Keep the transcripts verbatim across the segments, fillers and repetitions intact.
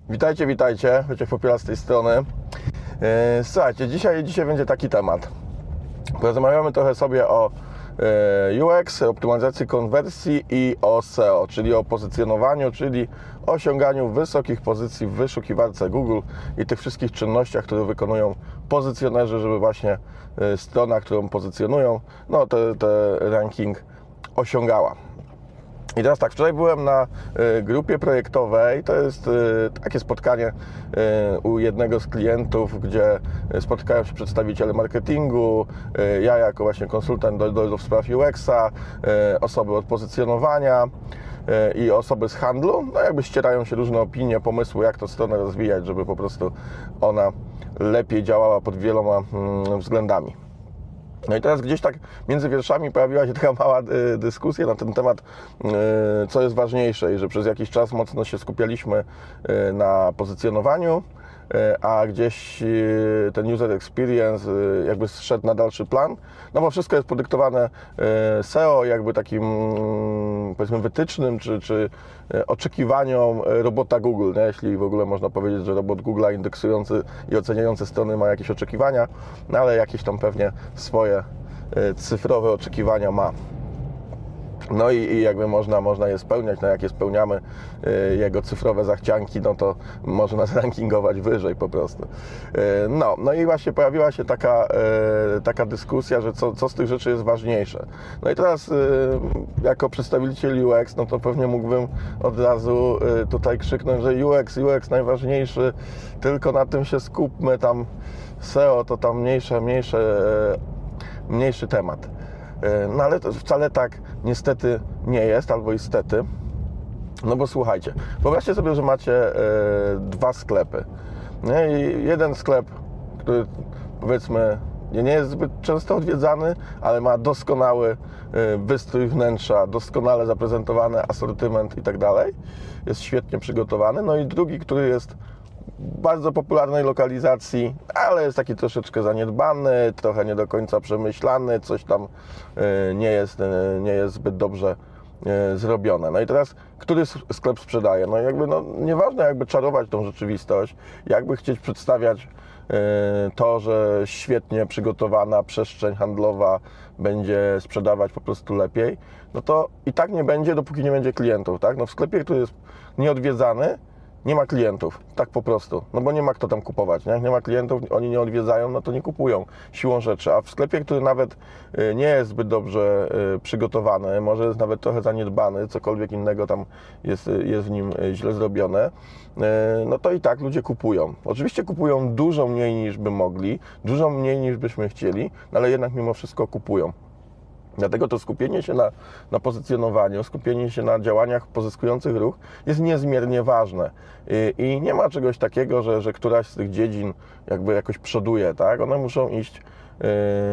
Witajcie, witajcie, Wojciech Popiela z tej strony. Słuchajcie, dzisiaj, dzisiaj będzie taki temat. Porozmawiamy trochę sobie o U X, optymalizacji konwersji i o S E O, czyli o pozycjonowaniu, czyli osiąganiu wysokich pozycji w wyszukiwarce Google i tych wszystkich czynnościach, które wykonują pozycjonerzy, żeby właśnie strona, którą pozycjonują, no te, te ranking osiągała. I teraz tak, wczoraj byłem na y, grupie projektowej, to jest y, takie spotkanie y, u jednego z klientów, gdzie spotykają się przedstawiciele marketingu, y, ja jako właśnie konsultant do, do, do spraw U X-a, y, osoby od pozycjonowania y, i osoby z handlu, no jakby ścierają się różne opinie, pomysły, jak tę stronę rozwijać, żeby po prostu ona lepiej działała pod wieloma y, względami. No i teraz gdzieś tak między wierszami pojawiła się taka mała y, dyskusja na ten temat, y, co jest ważniejsze i że przez jakiś czas mocno się skupialiśmy y, na pozycjonowaniu, y, a gdzieś y, ten user experience y, jakby zszedł na dalszy plan, no bo wszystko jest podyktowane y, S E O jakby takim y, powiedzmy wytycznym czy, czy y, oczekiwaniom robota Google, nie? Jeśli w ogóle można powiedzieć, że robot Google'a indeksujący i oceniający strony ma jakieś oczekiwania, no ale jakieś tam pewnie swoje cyfrowe oczekiwania ma. No i, i jakby można, można je spełniać, no jak je spełniamy, y, jego cyfrowe zachcianki, no to może nas rankingować wyżej po prostu. Y, no, no i właśnie pojawiła się taka, y, taka dyskusja, że co, co z tych rzeczy jest ważniejsze. No i teraz y, jako przedstawiciel U X, no to pewnie mógłbym od razu y, tutaj krzyknąć, że U X, U X najważniejszy, tylko na tym się skupmy, tam S E O to tam mniejsze, mniejsze, y, mniejszy temat. No ale to wcale tak niestety nie jest, albo istety. No bo słuchajcie, wyobraźcie sobie, że macie e, dwa sklepy. Nie? I jeden sklep, który powiedzmy nie jest zbyt często odwiedzany, ale ma doskonały e, wystrój wnętrza, doskonale zaprezentowany asortyment i tak dalej. Jest świetnie przygotowany. No i drugi, który jest bardzo popularnej lokalizacji, ale jest taki troszeczkę zaniedbany, trochę nie do końca przemyślany, coś tam nie jest, nie jest zbyt dobrze zrobione. No i teraz, który sklep sprzedaje? No jakby, no nieważne jakby czarować tą rzeczywistość, jakby chcieć przedstawiać to, że świetnie przygotowana przestrzeń handlowa będzie sprzedawać po prostu lepiej, no to i tak nie będzie, dopóki nie będzie klientów, tak? No w sklepie, który jest nieodwiedzany, nie ma klientów, tak po prostu, no bo nie ma kto tam kupować, nie? Nie ma klientów, oni nie odwiedzają, no to nie kupują siłą rzeczy, a w sklepie, który nawet nie jest zbyt dobrze przygotowany, może jest nawet trochę zaniedbany, cokolwiek innego tam jest, jest w nim źle zrobione, no to i tak ludzie kupują. Oczywiście kupują dużo mniej niż by mogli, dużo mniej niż byśmy chcieli, no ale jednak mimo wszystko kupują. Dlatego to skupienie się na, na pozycjonowaniu, skupienie się na działaniach pozyskujących ruch jest niezmiernie ważne. I, i nie ma czegoś takiego, że, że któraś z tych dziedzin jakby jakoś przoduje, tak? One muszą iść yy,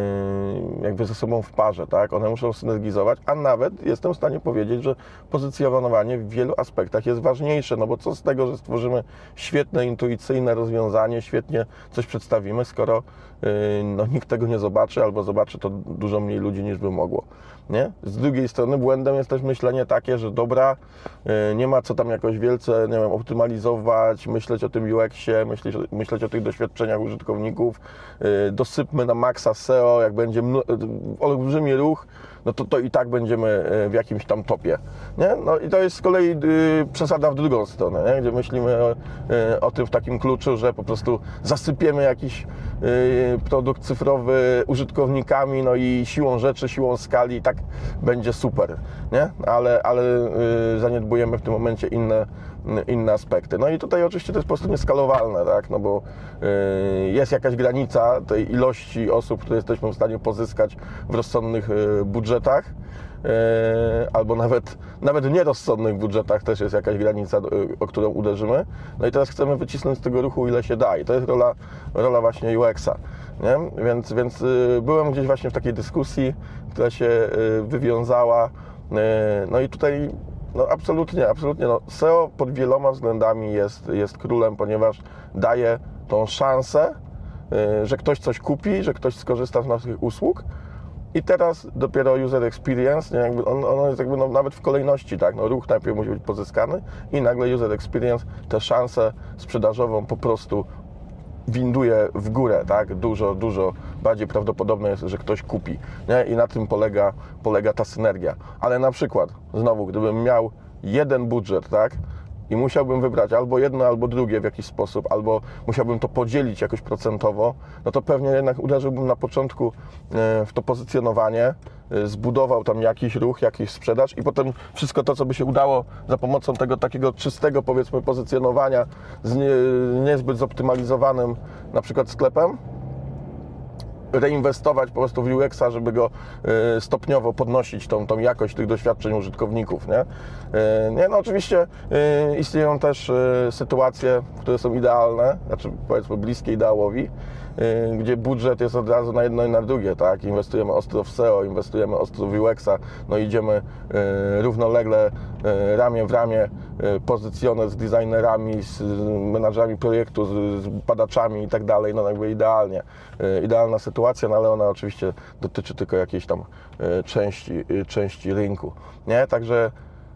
jakby ze sobą w parze, tak? One muszą synergizować, a nawet jestem w stanie powiedzieć, że pozycjonowanie w wielu aspektach jest ważniejsze, no bo co z tego, że stworzymy świetne, intuicyjne rozwiązanie, świetnie coś przedstawimy, skoro yy, no, nikt tego nie zobaczy, albo zobaczy to dużo mniej ludzi niż by mogło. Nie? Z drugiej strony błędem jest też myślenie takie, że dobra, yy, nie ma co tam jakoś wielce, nie wiem, optymalizować, myśleć o tym U X-ie, myśleć, myśleć o tych doświadczeniach użytkowników, yy, dosypmy na maksa S E O, jak będzie olbrzymi ruch, no to, to i tak będziemy w jakimś tam topie. Nie? No i to jest z kolei yy, przesada w drugą stronę, nie? Gdzie myślimy o, yy, o tym w takim kluczu, że po prostu zasypiemy jakiś yy, produkt cyfrowy użytkownikami, no i siłą rzeczy, siłą skali, tak będzie super, nie? Ale, ale yy, zaniedbujemy w tym momencie inne, inne aspekty. No i tutaj oczywiście to jest po prostu nieskalowalne, tak? No bo yy, jest jakaś granica tej ilości osób, które jesteśmy w stanie pozyskać w rozsądnych yy, budżetach, yy, albo nawet, nawet w nierozsądnych budżetach też jest jakaś granica, yy, o którą uderzymy. No i teraz chcemy wycisnąć z tego ruchu ile się da i to jest rola, rola właśnie U X-a. Nie? Więc, więc yy, byłem gdzieś właśnie w takiej dyskusji, która się yy, wywiązała. Yy, no i tutaj no absolutnie, absolutnie. No, S E O pod wieloma względami jest, jest królem, ponieważ daje tą szansę, yy, że ktoś coś kupi, że ktoś skorzysta z naszych usług, I teraz dopiero user experience, nie, jakby on, on jest jakby no, nawet w kolejności, tak, no, ruch najpierw musi być pozyskany i nagle user experience tę szansę sprzedażową po prostu winduje w górę, tak, dużo, dużo bardziej prawdopodobne jest, że ktoś kupi, nie? I na tym polega, polega ta synergia. Ale na przykład, znowu, gdybym miał jeden budżet, tak, i musiałbym wybrać albo jedno, albo drugie w jakiś sposób, albo musiałbym to podzielić jakoś procentowo, no to pewnie jednak uderzyłbym na początku w to pozycjonowanie, zbudował tam jakiś ruch, jakiś sprzedaż i potem wszystko to, co by się udało za pomocą tego takiego czystego, powiedzmy, pozycjonowania z nie, niezbyt zoptymalizowanym na przykład sklepem, reinwestować po prostu w U X a, żeby go stopniowo podnosić, tą, tą jakość tych doświadczeń użytkowników, nie? Nie, no oczywiście istnieją też sytuacje, które są idealne, znaczy powiedzmy bliskie ideałowi, gdzie budżet jest od razu na jedno i na drugie, tak? Inwestujemy ostro w S E O, inwestujemy ostro w U X a, no idziemy równolegle ramię w ramię, pozycjoner z designerami, z menadżerami projektu, z badaczami i tak dalej, no jakby idealnie, idealna sytuacja, no ale ona oczywiście dotyczy tylko jakiejś tam części, części rynku, nie? Także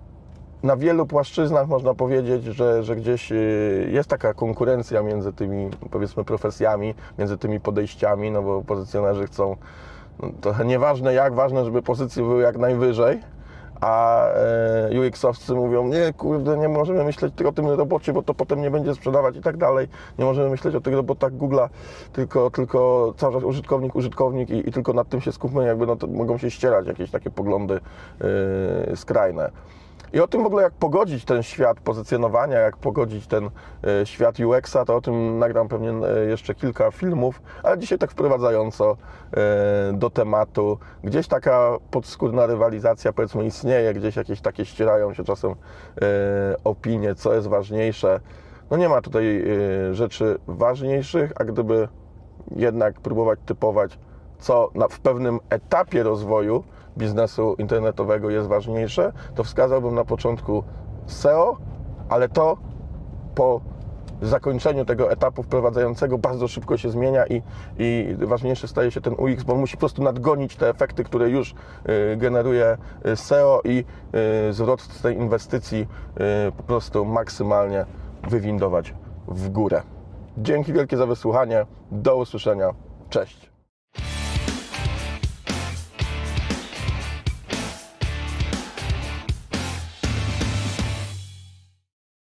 na wielu płaszczyznach można powiedzieć, że, że gdzieś jest taka konkurencja między tymi, powiedzmy, profesjami, między tymi podejściami, no bo pozycjonerzy chcą, no, trochę nieważne jak, ważne, żeby pozycje były jak najwyżej, a U X-owcy mówią, nie, kurde, nie możemy myśleć tylko o tym robocie, bo to potem nie będzie sprzedawać i tak dalej. Nie możemy myśleć o tych robotach Google'a, tylko, tylko cały czas użytkownik, użytkownik i, i tylko nad tym się skupmy, jakby no to mogą się ścierać jakieś takie poglądy yy, skrajne. I o tym w ogóle, jak pogodzić ten świat pozycjonowania, jak pogodzić ten y, świat U X a, to o tym nagram pewnie y, jeszcze kilka filmów, ale dzisiaj tak wprowadzająco y, do tematu. Gdzieś taka podskórna rywalizacja, powiedzmy, istnieje, gdzieś jakieś takie ścierają się czasem y, opinie, co jest ważniejsze. No nie ma tutaj y, rzeczy ważniejszych, a gdyby jednak próbować typować, co na, w pewnym etapie rozwoju biznesu internetowego jest ważniejsze, to wskazałbym na początku S E O, ale to po zakończeniu tego etapu wprowadzającego bardzo szybko się zmienia i, i ważniejszy staje się ten U X, bo on musi po prostu nadgonić te efekty, które już y, generuje S E O i y, zwrot z tej inwestycji y, po prostu maksymalnie wywindować w górę. Dzięki wielkie za wysłuchanie, do usłyszenia, cześć!